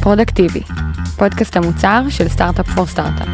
פרודקטיבי, פודקאסט המוצר של סטארט-אפ פור סטארט-אפ.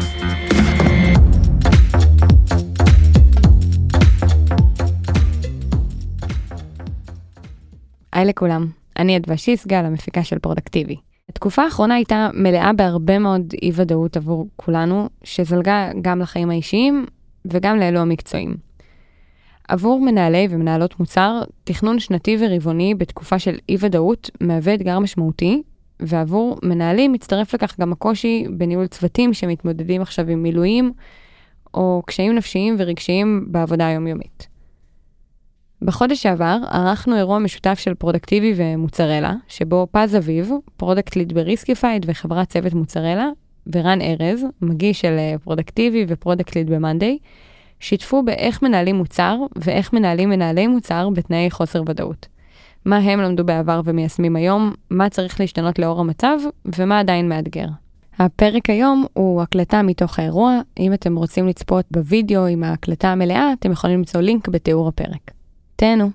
היי לכולם, אני אדווה שיסגל, המפיקה של פרודקטיבי. התקופה האחרונה הייתה מלאה בהרבה מאוד אי-ודאות עבור כולנו, שזלגה גם לחיים האישיים וגם לאלו המקצועיים. עבור מנהלי ומנהלות מוצר, תכנון שנתי ורבעוני בתקופה של אי-ודאות מהווה אתגר משמעותי, ועבור מנהלים מצטרף לכך גם הקושי בניהול צוותים שמתמודדים עכשיו עם מילואים, או קשיים נפשיים ורגשיים בעבודה היומיומית. בחודש שעבר ערכנו אירוע משותף של פרודקטיבי ומוצרלה, שבו פז אביב, פרודקט ליד בריסקיפייד וחברת צוות מוצרלה, ורן ארז, מגיש של פרודקטיבי ופרודקט ליד במנדי, שיתפו באיך מנהלים מוצר ואיך מנהלים מנהלי מוצר בתנאי חוסר ודאות. מה הם למדו בעבר ומיישמים היום, מה צריך להשתנות לאור המצב ומה עדיין מאתגר. הפרק היום הוא הקלטה מתוך האירוע. אם אתם רוצים לצפות בווידאו עם ההקלטה המלאה, אתם יכולים למצוא לינק בתיאור הפרק. תהנו.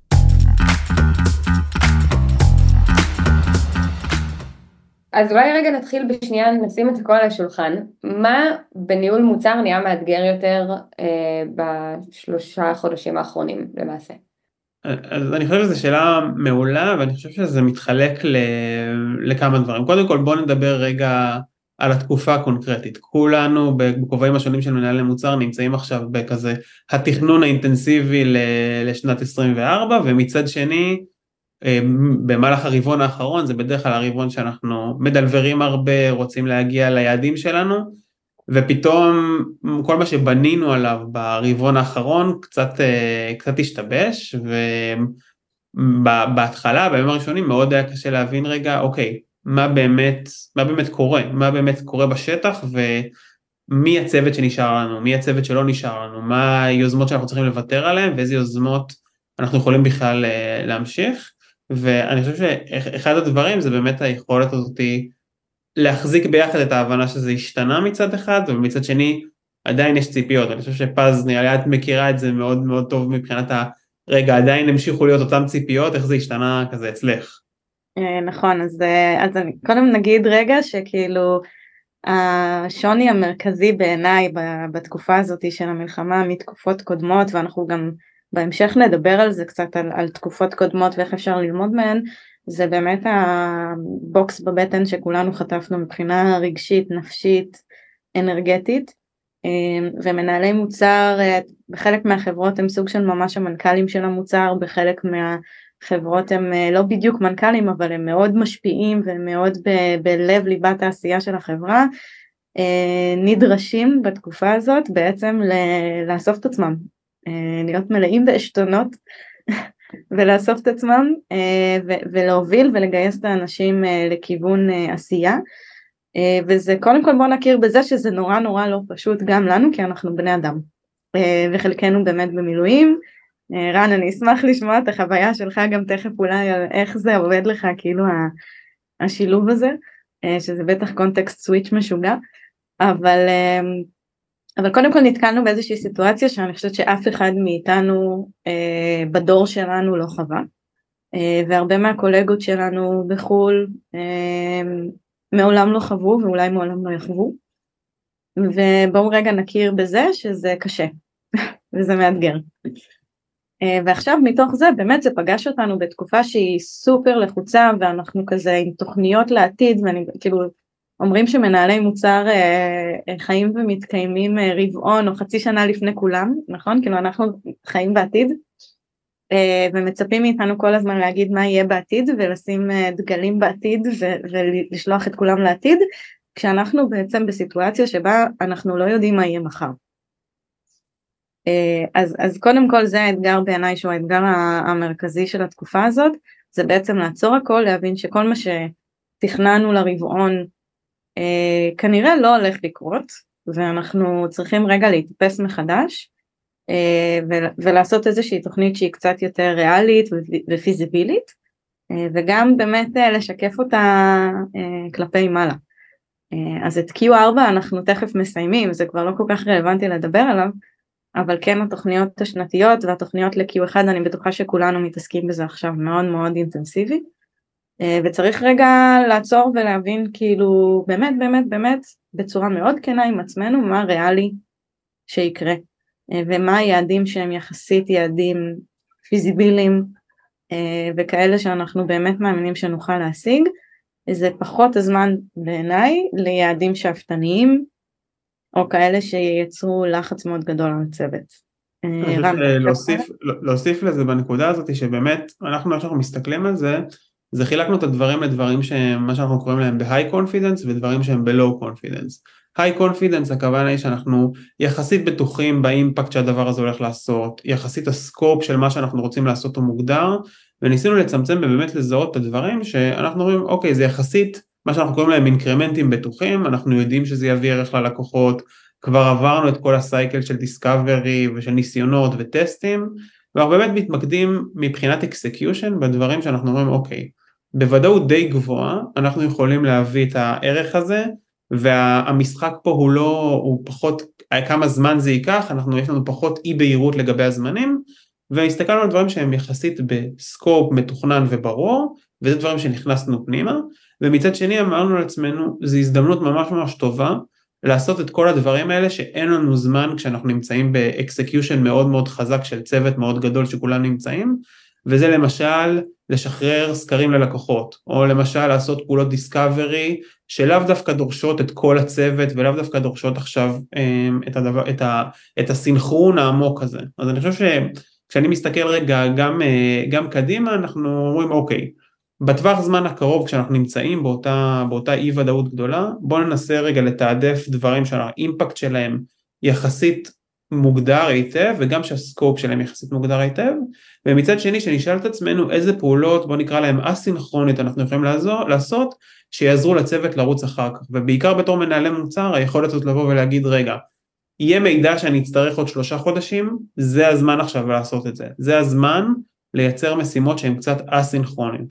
אז אולי רגע נתחיל בשנייה, נשים את הכל על השולחן. מה בניהול מוצר נהיה מאתגר יותר בשלושה חודשים האחרונים למעשה? אז אני חושב שזו שאלה מעולה, ואני חושב שזה מתחלק לכמה דברים. קודם כל בואו נדבר רגע על התקופה הקונקרטית. כולנו בכובעים השונים של מנהלי מוצר נמצאים עכשיו בכזה התכנון האינטנסיבי לשנת 24, ומצד שני, במהלך הרבעון האחרון, זה בדרך כלל הרבעון שאנחנו מדלברים הרבה, רוצים להגיע ליעדים שלנו, ופתאום כל מה שבנינו עליו ברבעון האחרון קצת השתבש, ובהתחלה, בימים הראשונים, מאוד היה קשה להבין רגע, אוקיי, מה באמת קורה בשטח, ומי הצוות שנשאר לנו, מי הצוות שלא נשאר לנו, מה היוזמות שאנחנו צריכים לוותר עליהן, ואיזה יוזמות אנחנו יכולים בכלל להמשיך. ואני חושב שאחד הדברים זה באמת היכולת הזאת להחזיק ביחד את ההבנה שזה השתנה מצד אחד, ומצד שני עדיין יש ציפיות. אני חושב שפז, נראה לי את מכירה את זה מאוד מאוד טוב מבחינת הרגע, עדיין המשיכו להיות אותם ציפיות, איך זה השתנה כזה אצלך? נכון, אז קודם נגיד רגע שכאילו השוני המרכזי בעיניי בתקופה הזאת של המלחמה מתקופות קודמות, ואנחנו גם בהמשך נדבר על זה קצת, על תקופות קודמות ואיך אפשר ללמוד מהן, זה באמת הבוקס בבטן שכולנו חטפנו מבחינה רגשית, נפשית, אנרגטית, ומנהלי מוצר, בחלק מהחברות הם סוג של ממש המנכ"לים של המוצר, בחלק מהחברות הם לא בדיוק מנכ"לים, אבל הם מאוד משפיעים ומאוד בלב ליבת העשייה של החברה, נדרשים בתקופה הזאת בעצם לאסוף את עצמם, להיות מלאים בעשתונות ולאסוף את עצמם ולהוביל ולגייס את האנשים לכיוון עשייה, וזה קודם כל בוא נכיר בזה שזה נורא נורא לא פשוט גם לנו, כי אנחנו בני אדם וחלקנו באמת במילואים. רן, אני אשמח לשמוע את החוויה שלך גם תכף אולי על איך זה עובד לך, כאילו השילוב הזה, שזה בטח קונטקסט סוויץ' משוגע, אבל קודם כל נתקלנו באיזושהי סיטואציה שאני חושבת שאף אחד מאיתנו בדור שלנו לא חווה, והרבה מהקולגות שלנו בחול מעולם לא חוו ואולי מעולם לא יחוו, ובואו רגע נכיר בזה שזה קשה וזה מאתגר. ועכשיו מתוך זה באמת זה פגש אותנו בתקופה שהיא סופר לחוצה, ואנחנו כזה עם תוכניות לעתיד, ואני כאילו אומרים שמנהלי מוצר חיים ומתקיימים רבעון או חצי שנה לפני כולם, נכון? כאילו אנחנו חיים בעתיד, ומצפים מאיתנו כל הזמן להגיד מה יהיה בעתיד, ולשים דגלים בעתיד ולשלוח את כולם לעתיד, כשאנחנו בעצם בסיטואציה שבה אנחנו לא יודעים מה יהיה מחר. אז קודם כל זה האתגר בעיניי, שהוא האתגר המרכזי של התקופה הזאת, זה בעצם לעצור הכל, להבין שכל מה שתכננו לרבעון כנראה לא הולך לקרות, ואנחנו צריכים רגע להתאפס מחדש, ולעשות איזושהי תוכנית שהיא קצת יותר ריאלית ופיזיבילית, וגם באמת לשקף אותה כלפי מעלה. אז את Q4 אנחנו תכף מסיימים, זה כבר לא כל כך רלוונטי לדבר עליו, אבל כן התוכניות השנתיות והתוכניות ל-Q1, אני בטוחה שכולנו מתעסקים בזה עכשיו מאוד מאוד אינטנסיבי, וצריך רגע לעצור ולהבין כאילו באמת באמת באמת בצורה מאוד כנה עם עצמנו מה ריאלי שיקרה, ומה היעדים שהם יחסית יעדים פיזיביליים, וכאלה שאנחנו באמת מאמינים שנוכל להשיג. זה פחות הזמן בעיניי ליעדים שאפתניים, או כאלה שייצרו לחץ מאוד גדול על הצוות. אני חושב להוסיף לזה בנקודה הזאת, שבאמת אנחנו מסתכלים על זה, זה חילקנו את הדברים לדברים שמה שאנחנו קוראים להם ב-high confidence ודברים שהם ב-low confidence. high confidence הכוונה היא שאנחנו יחסית בטוחים באימפקט שהדבר הזה הולך לעשות, יחסית הסקופ של מה שאנחנו רוצים לעשות הוא מוגדר, וניסינו לצמצם ובאמת לזהות את הדברים שאנחנו אומרים, אוקיי, זה יחסית מה שאנחנו קוראים להם אינקרמנטים בטוחים, אנחנו יודעים שזה יביא ערך ללקוחות, כבר עברנו את כל הסייקל של דיסקאברי ושל ניסיונות וטסטים, ואנחנו באמת מתמקדים מבחינת אקסקיושן בדברים שאנחנו אומרים, אוקיי, בוודאות די גבוהה, אנחנו יכולים להביא את הערך הזה, והמשחק פה הוא פחות, כמה זמן זה ייקח, יש לנו פחות אי בהירות לגבי הזמנים, והסתכלנו על דברים שהם יחסית בסקופ מתוכנן וברור, וזה דברים שנכנסנו פנימה, ומצד שני אמרנו לעצמנו, זו הזדמנות ממש ממש טובה, לעשות את כל הדברים האלה שאין לנו זמן כשאנחנו נמצאים באקסקיושן מאוד מאוד חזק של צוות מאוד גדול שכולם נמצאים, וזה למשל לשחרר סקרים ללקוחות, או למשל לעשות פעולות דיסקאברי שלאו דווקא דורשות את כל הצוות, ולאו דווקא דורשות עכשיו את הסינכרון העמוק הזה. אז אני חושב שכשאני מסתכל רגע גם קדימה, אנחנו אומרים אוקיי, בטווח זמן הקרוב כשאנחנו נמצאים באותה אי ודאות גדולה, בואו ננסה רגע לתעדף דברים שהאימפקט שלהם יחסית מוגדר היטב, וגם שהסקופ שלהם יחסית מוגדר היטב, ומצד שני שנשאל את עצמנו איזה פעולות, בואו נקרא להם אסינכרונית, אנחנו יכולים לעשות, שיעזרו לצוות לרוץ אחר כך, ובעיקר בתור מנהלי מוצר, היכולת הזאת לבוא ולהגיד רגע, יהיה מידע שאני אצטרך עוד 3 חודשים, זה הזמן עכשיו לעשות את זה, זה הזמן לייצר משימות שהן קצת אסינכרוניות,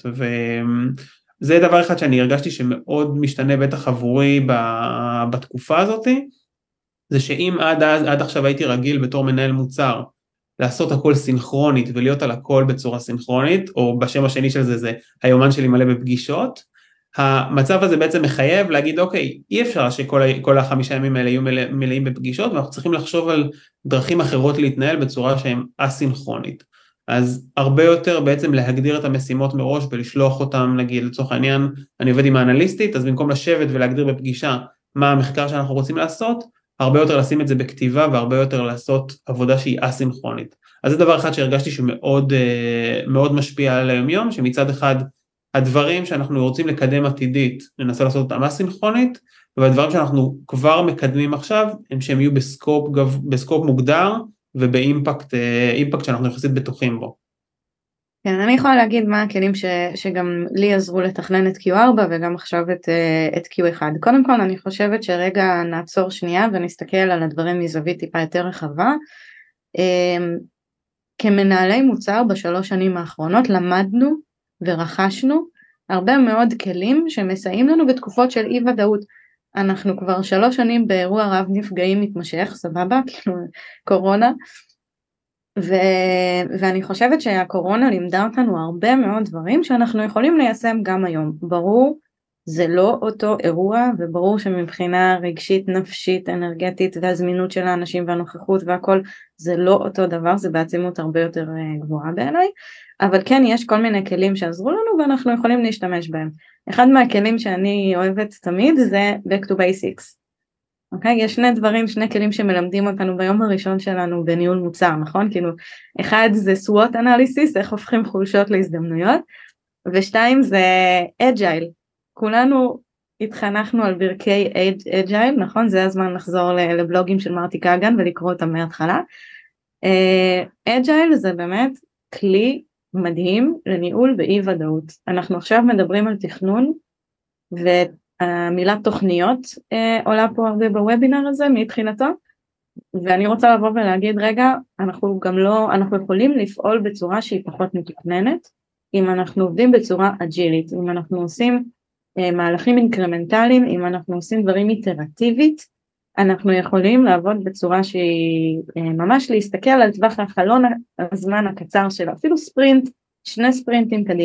וזה דבר אחד שאני הרגשתי שמאוד משתנה בטח עבורי בתקופה הזאת, זה שאם עד עכשיו הייתי רגיל בתור מנהל מוצר, לעשות הכל סינכרונית ולהיות על הכל בצורה סינכרונית, או בשם השני של זה היומן שלי מלא בפגישות, המצב הזה בעצם מחייב להגיד אוקיי, אי אפשר שכל 5 ימים האלה יהיו מלאים בפגישות, ואנחנו צריכים לחשוב על דרכים אחרות להתנהל בצורה שהן אסינכרונית. אז הרבה יותר בעצם להגדיר את המשימות מראש ולשלוח אותם, נגיד לצורך העניין, אני עובד עם האנליסטית, אז במקום לשבת ולהגדיר בפגישה מה המחקר שאנחנו רוצים לעשות, הרבה יותר לשים את זה בכתיבה, והרבה יותר לעשות עבודה שהיא אסינכרונית. אז זה דבר אחד שהרגשתי שמאוד מאוד משפיע על היום-יום, שמצד אחד הדברים שאנחנו רוצים לקדם עתידית, ננסה לעשות אותם אסינכרונית, והדברים שאנחנו כבר מקדמים עכשיו, הם שהם יהיו בסקופ מוגדר, ובאימפקט שאנחנו יחסית בטוחים בו. כן, אני יכולה להגיד מה הכלים שגם לי עזרו לתכנן את Q4 וגם עכשיו את Q1. קודם כל אני חושבת שרגע נעצור שנייה ונסתכל על הדברים מזווית טיפה יותר רחבה. כמנהלי מוצר ב3 שנים האחרונות למדנו ורכשנו הרבה מאוד כלים שמסייעים לנו בתקופות של אי ודאות. אנחנו כבר 3 שנים באירוע רב נפגעים מתמשך, סבבה, כאילו קורונה, ואני חושבת שהקורונה לימדה אותנו הרבה מאוד דברים שאנחנו יכולים ליישם גם היום. ברור, זה לא אותו אירוע, וברור שמבחינה רגשית, נפשית, אנרגטית, והזמינות של האנשים והנוכחות והכל, זה לא אותו דבר, זה בעצימות הרבה יותר גבוהה בעיניי, אבל כן יש כל מיני כלים שעזרו לנו ואנחנו יכולים להשתמש בהם. אחד מהכלים שאני אוהבת תמיד זה Back to Basics. אוקיי? יש שני כלים שמלמדים אותנו ביום הראשון שלנו בניהול מוצר, נכון? כאילו, אחד זה SWOT Analysis, איך הופכים חולשות להזדמנויות, ושתיים זה Agile. כולנו התחנכנו על ברכי Agile, נכון? זה הזמן לחזור לבלוגים של מרטי קאגן ולקרוא אותם מההתחלה. Agile זה באמת כלי מדהים לניהול באי ודאות. אנחנו עכשיו מדברים על תכנון, והמילה תוכניות עולה פה הרבה בוובינר הזה מתחילתו, ואני רוצה לבוא ולהגיד רגע, אנחנו יכולים לפעול בצורה שהיא פחות מתוכננת, אם אנחנו עובדים בצורה אג'ילית, אם אנחנו עושים מהלכים אינקרמנטליים, אם אנחנו עושים דברים איטרטיבית, אנחנו יכולים לעבוד בצורה שהיא ממש להסתכל על טווח החלון הזמן הקצר שלה, אפילו ספרינט, 2 ספרינטים קדימה.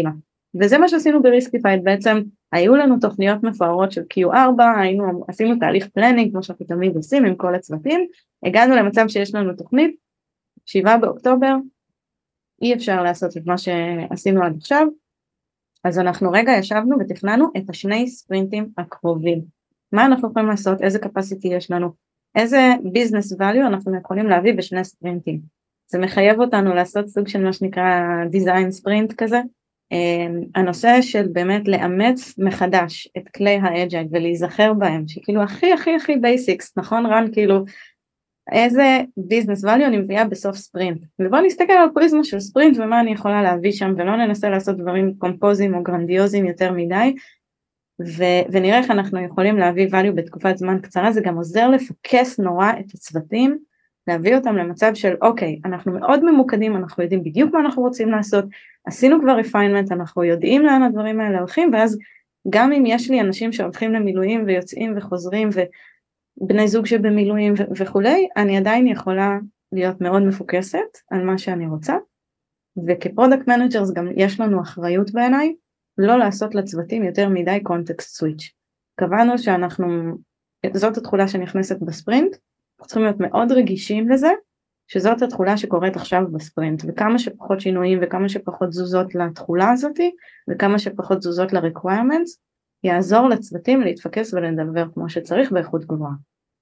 וזה מה שעשינו בריסקיפייד, בעצם היו לנו תוכניות מפוארות של Q4, עשינו תהליך פלנינג, כמו שאנחנו תמיד עושים עם כל הצוותים, הגענו למצב שיש לנו תוכנית, 7 באוקטובר, אי אפשר לעשות את מה שעשינו עד עכשיו, אז אנחנו רגע ישבנו ותכננו את השני ספרינטים הקרובים, מה אנחנו יכולים לעשות, איזה capacity יש לנו, איזה business value אנחנו יכולים להביא בשני ספרינטים, זה מחייב אותנו לעשות סוג של מה שנקרא design sprint כזה, הנושא של באמת לאמץ מחדש את כלי האג'ייל ולהיזכר בהם, שכאילו הכי הכי הכי בייסיקס, נכון רן, כאילו איזה ביזנס ואליו אני מביאה בסוף ספרינט, ובוא נסתכל על פריזמה של ספרינט ומה אני יכולה להביא שם, ולא ננסה לעשות דברים קומפוזיים או גרנדיוזיים יותר מדי, ונראה איך אנחנו יכולים להביא value בתקופת זמן קצרה, זה גם עוזר לפקס נורא את הצוותים, להביא אותם למצב של אוקיי, אנחנו מאוד ממוקדים, אנחנו יודעים בדיוק מה אנחנו רוצים לעשות, עשינו כבר refinement, אנחנו יודעים לאן הדברים האלה הולכים, ואז גם אם יש לי אנשים שהולכים למילואים ויוצאים וחוזרים, ובני זוג שבמילואים וכולי, אני עדיין יכולה להיות מאוד מפוקסת על מה שאני רוצה, וכפרודקט מנג'רס גם יש לנו אחריות בעיניי, לא לעשות לצוותים יותר מדי קונטקסט סוויץ'. קבענו שאנחנו, זאת התחולה שנכנסת בספרינט, אנחנו צריכים להיות מאוד רגישים לזה, שזאת התחולה שקורית עכשיו בספרינט, וכמה שפחות שינויים וכמה שפחות זוזות לתחולה הזאת, וכמה שפחות זוזות ל-requirements, יעזור לצוותים להתפקס ולדבר כמו שצריך באיכות גבוהה.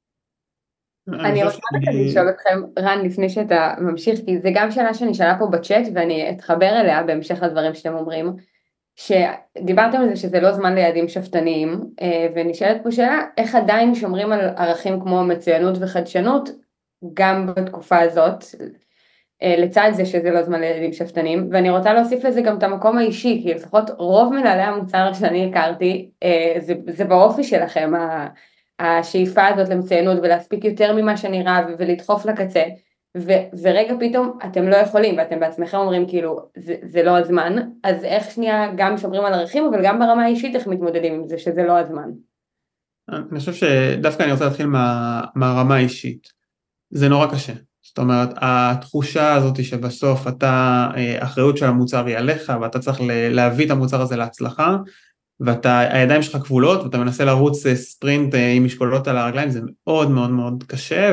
אני רוצה לשאול אתכם, רן, לפני שאתה ממשיך, כי זה גם שאלה שנשאלה פה בצ'אט, ואני אתחבר אליה בהמשך לדברים שאתם אומרים, שדיברתם על זה שזה לא זמן ליעדים שפטניים, ונשאלת פה שאלה, איך עדיין שומרים על ערכים כמו מצוינות וחדשנות, גם בתקופה הזאת, לצד זה שזה לא זמן ליעדים שפטניים, ואני רוצה להוסיף לזה גם את המקום האישי, כי לפחות רוב מנהלי המוצר שאני הכרתי, זה באופי שלכם, השאיפה הזאת למצוינות, ולהספיק יותר ממה שנראה, ולדחוף לקצה, ורגע פתאום אתם לא יכולים, ואתם בעצמכם אומרים כאילו, זה לא הזמן, אז איך שנייה גם שומרים על ערכים, אבל גם ברמה האישית איך מתמודדים עם זה, שזה לא הזמן. אני חושב שדווקא אני רוצה להתחיל מהרמה האישית. זה נורא קשה. זאת אומרת, התחושה הזאת שבסוף האחריות של המוצר היא עליך, ואתה צריך להביא את המוצר הזה להצלחה, והידיים שלך כבולות, ואתה מנסה לרוץ ספרינט עם משקולות על הרגליים, זה מאוד מאוד מאוד קשה,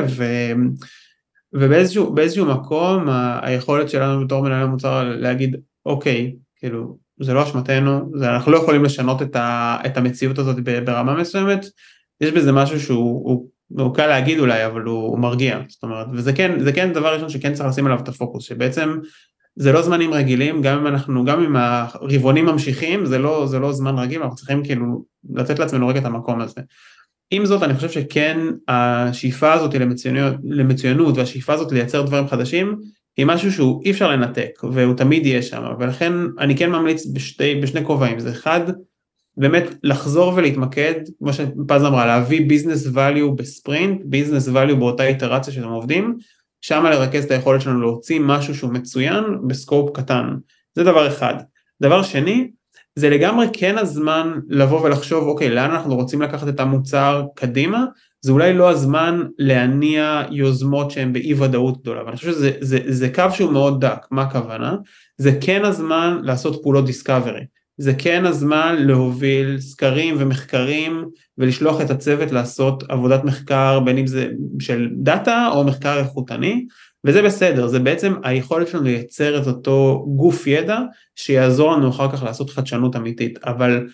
ובאיזשהו מקום, היכולת שלנו בתור מנהל המוצר להגיד, אוקיי, כאילו, זה לא אשמתנו, אנחנו לא יכולים לשנות את המציאות הזאת ברמה מסוימת, יש בזה משהו שהוא קל להגיד אולי, אבל הוא מרגיע, זאת אומרת, וזה כן דבר ראשון שכן צריך לשים עליו את הפוקוס, שבעצם זה לא זמנים רגילים, גם אם הרבעונים ממשיכים, זה לא זמן רגיל, אנחנו צריכים כאילו לתת לעצמנו רגע את המקום הזה. עם זאת, אני חושב שכן השאיפה הזאת למצוינות, והשאיפה הזאת לייצר דברים חדשים, היא משהו שהוא אי אפשר לנתק, והוא תמיד יהיה שם, ולכן אני כן ממליץ בשני כובעים, זה אחד, באמת לחזור ולהתמקד, כמו שפז אמרה, להביא ביזנס ואליו בספרינט, ביזנס ואליו באותה איטרציה שאתם עובדים, שם לרכז את היכולת שלנו להוציא משהו שהוא מצוין בסקופ קטן, זה דבר אחד. דבר שני, זה לגמרי כן הזמן לבוא ולחשוב, אוקיי, לאן אנחנו רוצים לקחת את המוצר קדימה, זה אולי לא הזמן להניע יוזמות שהן באי ודאות גדולה, ואני חושב שזה קו שהוא מאוד דק, מה הכוונה? זה כן הזמן לעשות פעולות דיסקאברי, זה כן הזמן להוביל סקרים ומחקרים, ולשלוח את הצוות לעשות עבודת מחקר, בין אם זה של דאטה או מחקר איכותני, וזה בסדר, זה בעצם היכולת שלנו לייצר את אותו גוף ידע, שיעזור לנו אחר כך לעשות חדשנות אמיתית, אבל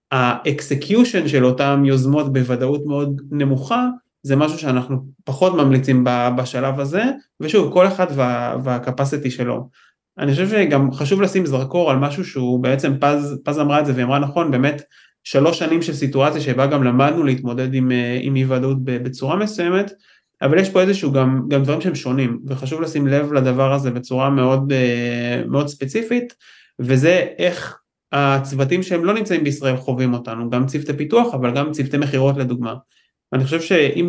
האקסקיושן של אותם יוזמות בוודאות מאוד נמוכה, זה משהו שאנחנו פחות ממליצים בשלב הזה, ושוב, כל אחד והקפסיטי שלו. אני חושב שגם חשוב לשים זרקור על משהו שהוא בעצם, פז אמרה את זה ואמרה נכון, באמת 3 שנים של סיטואציה שבה גם למדנו להתמודד עם אי ודאות בצורה מסוימת, אבל יש פה איזשהו גם דברים שהם שונים, וחשוב לשים לב לדבר הזה בצורה מאוד, מאוד ספציפית, וזה איך הצוותים שהם לא נמצאים בישראל חווים אותנו, גם צוותי פיתוח, אבל גם צוותי מחירות לדוגמה. אני חושב שאם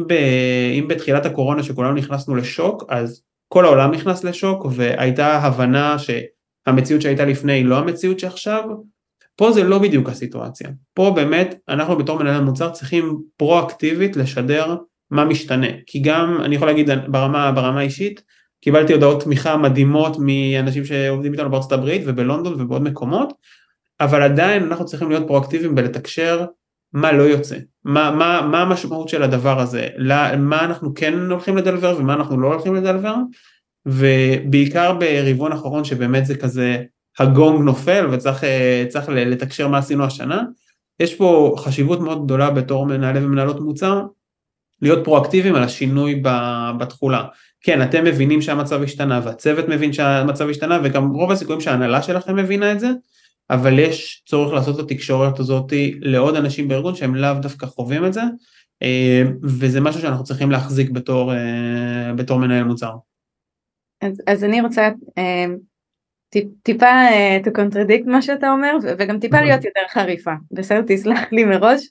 בתחילת הקורונה שכולנו נכנסנו לשוק, אז כל העולם נכנס לשוק, והייתה הבנה שהמציאות שהייתה לפני היא לא המציאות שעכשיו, פה זה לא בדיוק הסיטואציה. פה באמת אנחנו בתור מנהל המוצר צריכים פרואקטיבית לשדר מה משתנה, כי גם אני יכול להגיד ברמה האישית, קיבלתי הודעות תמיכה מדהימות מאנשים שעובדים איתנו בארצות הברית ובלונדון ובעוד מקומות, אבל עדיין אנחנו צריכים להיות פרואקטיביים בלתקשר מה לא יוצא, מה המשמעות של הדבר הזה, מה אנחנו כן הולכים לדלבר ומה אנחנו לא הולכים לדלבר, ובעיקר ברבעון האחרון שבאמת זה כזה הגונג נופל וצריך לתקשר מה עשינו השנה, יש פה חשיבות מאוד גדולה בתור מנהלי ומנהלות מוצר, להיות פרואקטיביים על השינוי בתחולה. כן, אתם מבינים שהמצב השתנה, והצוות מבין שהמצב השתנה, וגם רוב הסיכויים שההנהלה שלכם מבינה את זה, אבל יש צורך לעשות את התקשורת הזאת לעוד אנשים בארגון שהם לאו דווקא חווים את זה, וזה משהו שאנחנו צריכים להחזיק בתור מנהל מוצר. אז אני רוצה טיפה to contradict מה שאתה אומר, וגם טיפה להיות יותר חריפה, בסדר, תסלח לי מראש.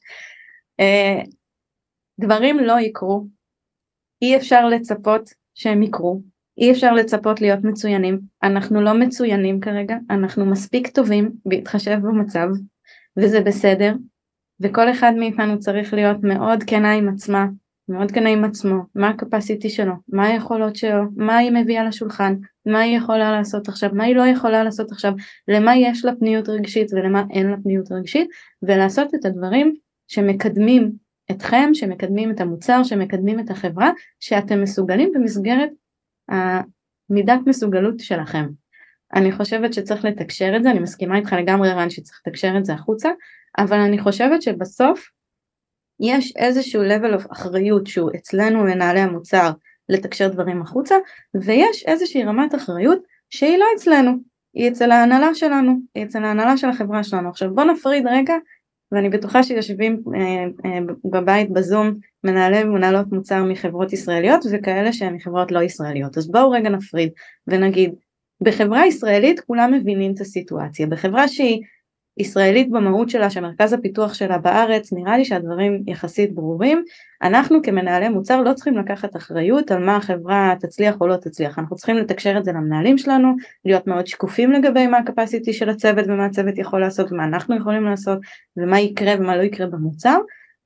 דברים לא יקרו, אי אפשר לצפות שהם יקרו, אי אפשר לצפות להיות מצוינים, אנחנו לא מצוינים כרגע, אנחנו מספיק טובים בהתחשב במצב, וזה בסדר, וכל אחד מאיתנו צריך להיות מאוד כנה עם עצמה, מאוד כנה עם עצמו, מה הקפסיטי שלו, מה היכולות שלו, מה היא מביאה לשולחן, מה היא יכולה לעשות עכשיו, מה היא לא יכולה לעשות עכשיו, למה יש לה פניות רגשית ולמה אין לה פניות רגשית, ולעשות את הדברים שמקדמים אתכם, שמקדמים את המוצר, שמקדמים את החברה, שאתם מסוגלים במסגרת המידת מסוגלות שלכם. אני חושבת שצריך לתקשר את זה, אני מסכימה איתך לגמרי רן שצריך לתקשר את זה החוצה, אבל אני חושבת שבסוף יש איזשהו level of אחריות שהוא אצלנו מנהלי המוצר לתקשר דברים החוצה, ויש איזושהי רמת אחריות שהיא לא אצלנו, היא אצל ההנהלה שלנו, היא אצל ההנהלה של החברה שלנו. עכשיו בוא נפריד רגע, ואני בטוחה שיושבים בבית בזום מנהלי ומנהלות מוצר מחברות ישראליות וכאלה שהן מחברות לא ישראליות. אז בואו רגע נפריד ונגיד, בחברה ישראלית כולם מבינים את הסיטואציה, בחברה שהיא ישראלית במהות שלה, שמרכז הפיתוח שלה בארץ, נראה לי שהדברים יחסית ברורים, אנחנו כמנהלי מוצר לא צריכים לקחת אחריות על מה החברה תצליח או לא תצליח, אנחנו צריכים לתקשר את זה למנהלים שלנו, להיות מאוד שקופים לגבי מה הקפסיטי של הצוות ומה הצוות יכול לעשות ומה אנחנו יכולים לעשות ומה יקרה ומה לא יקרה במוצר,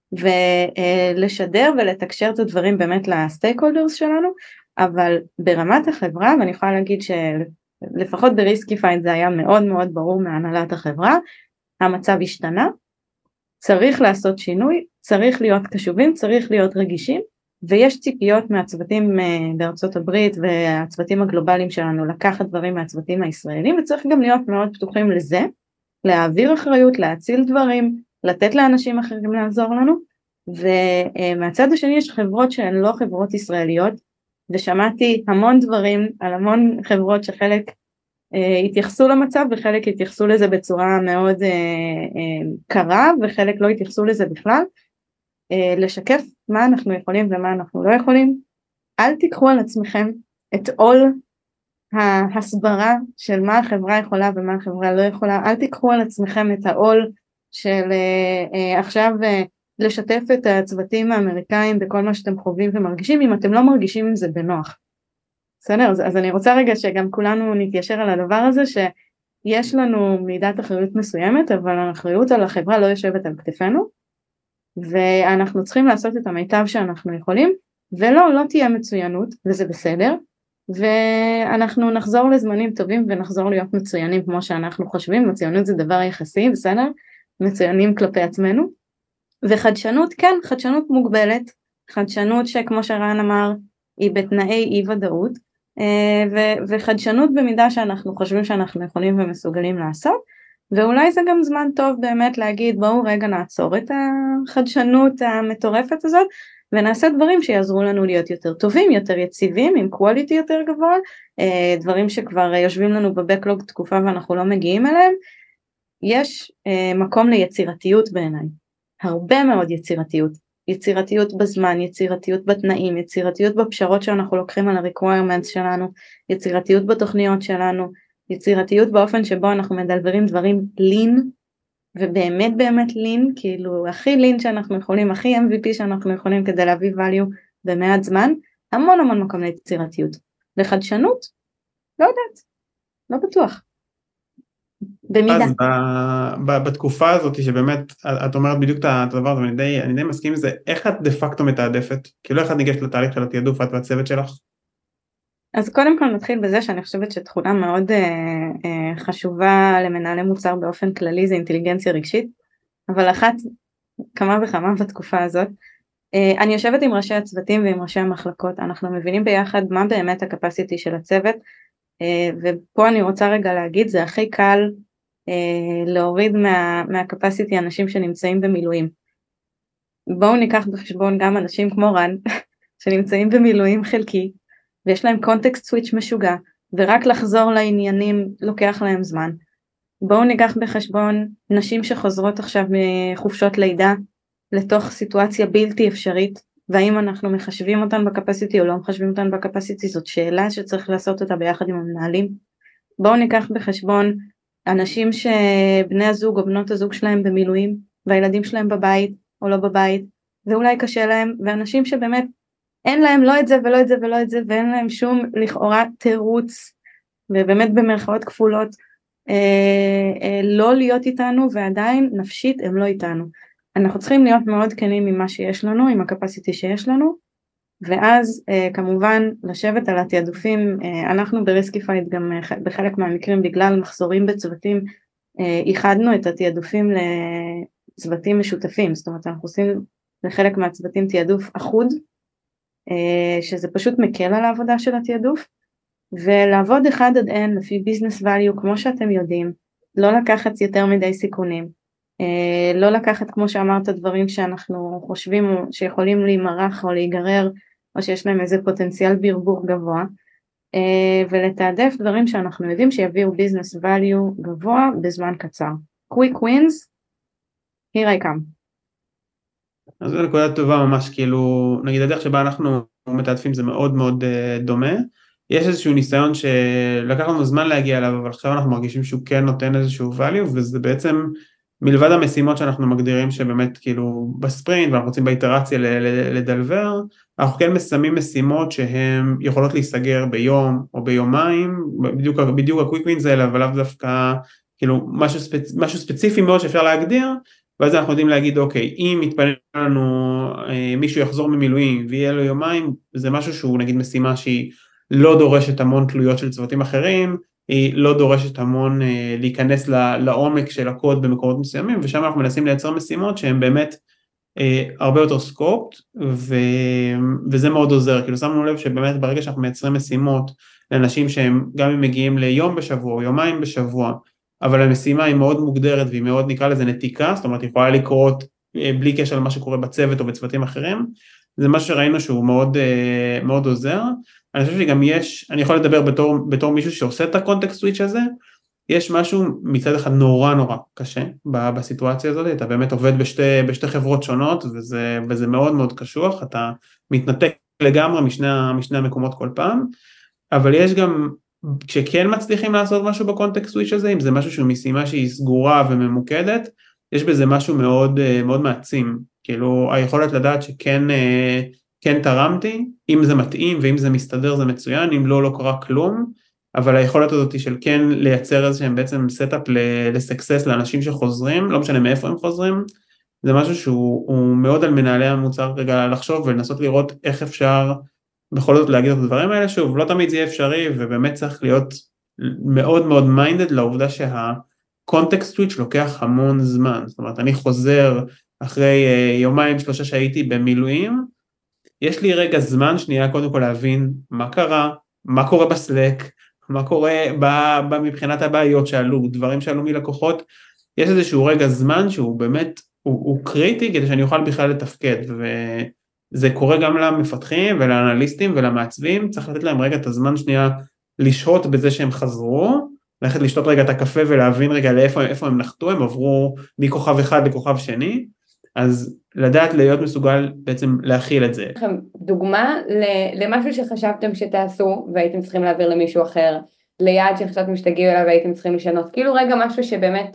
ולשדר ולתקשר את הדברים באמת לסטייק הולדרס שלנו, אבל ברמת החברה, ואני יכולה להגיד לפחות בריסקיפייד זה היה מאוד מאוד ברור מהנהלת החברה, המצב השתנה, צריך לעשות שינוי, צריך להיות קשובים, צריך להיות רגישים, ויש ציפיות מהצוותים בארצות הברית והצוותים הגלובליים שלנו לקחת דברים מהצוותים הישראלים, וצריך גם להיות מאוד פתוחים לזה, להעביר אחריות, להציל דברים, לתת לאנשים אחרים לעזור לנו, ומהצד השני יש חברות שהן לא חברות ישראליות, ושמעתי המון דברים על המון חברות שחלק התייחסו למצב וחלק התייחסו לזה בצורה מאוד קרה וחלק לא התייחסו לזה בכלל. לשקף מה אנחנו יכולים ומה אנחנו לא יכולים. אל תיקחו על עצמכם את עול ההסברה של מה החברה יכולה ומה החברה לא יכולה. אל תיקחו על עצמכם את העול של עכשיו לשתף את הצוותים האמריקאים בכל מה שאתם חווים ומרגישים, אם אתם לא מרגישים עם זה בנוח. בסדר? אז אני רוצה רגע שגם כולנו נתיישר על הדבר הזה, שיש לנו מידת אחריות מסוימת, אבל האחריות על החברה לא יושבת על כתפינו, ואנחנו צריכים לעשות את המיטב שאנחנו יכולים, לא תהיה מצוינות, וזה בסדר, ואנחנו נחזור לזמנים טובים ונחזור להיות מצוינים כמו שאנחנו חושבים, מצוינות זה דבר יחסי, בסדר? מצוינים כלפי עצמנו, וחדשנות, כן, חדשנות מוגבלת, חדשנות שכמו שרן אמר, היא בתנאי אי ודאות, וחדשנות במידה שאנחנו חושבים שאנחנו יכולים ומסוגלים לעשות, ואולי זה גם זמן טוב באמת להגיד, בואו רגע נעצור את החדשנות המטורפת הזאת, ונעשה דברים שיעזרו לנו להיות יותר טובים, יותר יציבים, עם quality יותר גבוה, דברים שכבר יושבים לנו בבקלוג תקופה ואנחנו לא מגיעים אליהם. יש מקום ליצירתיות בעיניי, הרבה מאוד יצירתיות, יצירתיות בזמן, יצירתיות בתנאים, יצירתיות בפשרות שאנחנו לוקחים על ה-requirements שלנו, יצירתיות בתוכניות שלנו, יצירתיות באופן שבו אנחנו מדלברים דברים lean, ובאמת באמת lean, כאילו הכי lean שאנחנו יכולים, הכי MVP שאנחנו יכולים כדי להביא value במעט זמן, המון המון מקום ליצירתיות. לחדשנות? לא יודעת, לא בטוח. במידה. אז בתקופה הזאת שבאמת את אומרת בדיוק את הדבר הזה, אני די מסכים עם זה, איך את דה פקטו מתעדפת? כאילו איך את ניגשת לתהליך של התעדוף את והצוות שלך? אז קודם כל נתחיל בזה שאני חושבת שתכונה מאוד חשובה למנהלי מוצר באופן כללי זה אינטליגנציה רגשית, אבל אחת כמה וכמה בתקופה הזאת. אני יושבת עם ראשי הצוותים ועם ראשי המחלקות, אנחנו מבינים ביחד מה באמת הקפסיטי של הצוות, ופה אני רוצה רגע להגיד, זה הכי קל להוריד מהקפסיטי אנשים שנמצאים במילואים. בואו ניקח בחשבון גם אנשים כמו רן, שנמצאים במילואים חלקי, ויש להם קונטקסט סוויץ' משוגע, ורק לחזור לעניינים לוקח להם זמן. בואו ניקח בחשבון נשים שחוזרות עכשיו מחופשות לידה, לתוך סיטואציה בלתי אפשרית, והאם אנחנו מחשבים אותן בקפסיטי או לא מחשבים אותן בקפסיטי, זאת שאלה שצריך לעשות אותה ביחד עם המנהלים. בואו ניקח בחשבון אנשים שבני הזוג או בנות הזוג שלהם במילואים, והילדים שלהם בבית או לא בבית, ואולי קשה להם, ואנשים שבאמת אין להם לא את זה ולא את זה ולא את זה, ואין להם שום לכאורה תירוץ, ובאמת במרכאות כפולות, לא להיות איתנו, ועדיין נפשית הם לא איתנו. אנחנו צריכים להיות מאוד כנים ממה שיש לנו, עם הקפסיטי שיש לנו, ואז כמובן לשבת על התיעדופים. אנחנו בריסקיפייד גם בחלק מהמקרים בגלל מחסורים בצוותים, איחדנו את התיעדופים לצוותים משותפים, זאת אומרת אנחנו עושים לחלק מהצוותים תיעדוף אחוד, שזה פשוט מקל על העבודה של התיעדוף, ולעבוד אחד עד אין לפי ביזנס ואליו כמו שאתם יודעים, לא לקחת יותר מדי סיכונים, לא לקחת כמו שאמרת דברים שאנחנו חושבים שיכולים להימרח או להיגרר, או שיש להם איזה פוטנציאל ברבור גבוה, ולתעדף דברים שאנחנו יודעים שיביאו ביזנס ואליו גבוה בזמן קצר. Quick wins, here I come. אז זו נקודה טובה ממש, כאילו, נגיד הדרך שבה אנחנו מתעדפים זה מאוד מאוד דומה. יש איזשהו ניסיון שלקח לנו זמן להגיע אליו, אבל עכשיו אנחנו מרגישים שהוא כן נותן איזשהו value, וזה בעצם מלבד המשימות שאנחנו מגדירים שבאמת כאילו בספרינט, ואנחנו רוצים באיטרציה לדלבר, אנחנו כן מסיימים משימות שהן יכולות להיסגר ביום או ביומיים, בדיוק הקוויק ווינס האלה, אבל לאו דווקא כאילו משהו ספציפי מאוד שאפשר להגדיר, ואז אנחנו יודעים להגיד, אוקיי, אם יתפנה לנו מישהו יחזור ממילואים ויהיה לו יומיים, זה משהו שהוא נגיד משימה שהיא לא דורשת המון תלויות של צוותים אחרים, היא לא דורשת המון להיכנס לעומק של הקוד במקומות מסוימים, ושם אנחנו מנסים לייצר משימות שהן באמת הרבה יותר סקופט, וזה מאוד עוזר, כאילו שמנו לב שבאמת ברגע שאנחנו מייצרים משימות לאנשים שהם גם אם מגיעים ליום בשבוע או יומיים בשבוע, אבל המשימה היא מאוד מוגדרת והיא מאוד נקרא לזה נתיקה, זאת אומרת היא יכולה לקרות בלי קשר למה שקורה בצוות או בצוותים אחרים, זה מה שראינו שהוא מאוד, מאוד עוזר. אני חושב שגם יש, אני יכול לדבר בתור מישהו שעושה את הקונטקסט סוויץ' הזה, יש משהו מצד אחד נורא נורא קשה בסיטואציה הזאת, אתה באמת עובד בשתי חברות שונות, וזה מאוד מאוד קשוח, אתה מתנתק לגמרי משני המקומות כל פעם, אבל יש גם, כשכן מצליחים לעשות משהו בקונטקסט סוויץ' הזה, אם זה משהו שהוא משימה שהיא סגורה וממוקדת, יש בזה משהו מאוד, מאוד מעצים, כאילו היכולת לדעת שכן כן תרמתי, אם זה מתאים ואם זה מסתדר זה מצוין, אם לא, לא קרה כלום, אבל היכולת הזאת של כן לייצר איזשהם בעצם סטאפ לסקסס לאנשים שחוזרים, לא משנה מאיפה הם חוזרים, זה משהו שהוא מאוד על מנהלי המוצר רגע לחשוב ולנסות לראות איך אפשר בכל זאת להגיד את הדברים האלה, שוב, לא תמיד זה יהיה אפשרי, ובאמת צריך להיות מאוד מאוד מיינדד לעובדה שהקונטקסט סוויץ' לוקח המון זמן, זאת אומרת, אני חוזר אחרי יומיים שלושה שהייתי במילואים, יש לי רגע זמן שנייה קודם כל להבין מה קרה, מה קורה בסלק, מה קורה מבחינת הבעיות שעלו, דברים שעלו מלקוחות, יש איזשהו רגע זמן שהוא באמת, הוא קריטי כדי שאני אוכל בכלל לתפקד, וזה קורה גם למפתחים ולאנליסטים ולמעצבים, צריך לתת להם רגע את הזמן שנייה לשהות בזה שהם חזרו, ללכת לשתות רגע את הקפה ולהבין רגע לאיפה הם נחתו, הם עברו מכוכב אחד לכוכב שני, אז לדעת להיות מסוגל בעצם להכיל את זה. דוגמה למשהו שחשבתם שתעשו והייתם צריכים להעביר למישהו אחר, ליעד שחשבתם שתגיעו אליו והייתם צריכים לשנות, כאילו רגע משהו שבאמת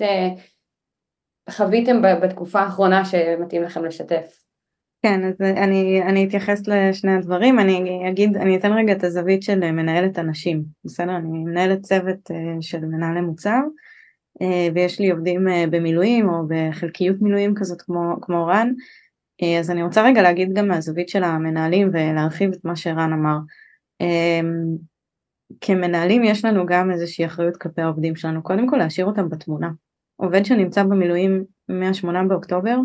חוויתם בתקופה האחרונה שמתאים לכם לשתף. כן, אז אני אתייחס לשני הדברים, אני אתן רגע את הזווית של מנהלת אנשים, בסדר? אני מנהלת צוות של מנהלי מוצר, ויש לי עובדים במילואים או בחלקיות מילואים כזאת כמו רן, אז אני רוצה רגע להגיד גם מהזווית של המנהלים ולהרחיב את מה שרן אמר. כמנהלים יש לנו גם איזושהי אחריות כלפי העובדים שלנו, קודם כל להשאיר אותם בתמונה. עובד שנמצא במילואים מה-8 באוקטובר,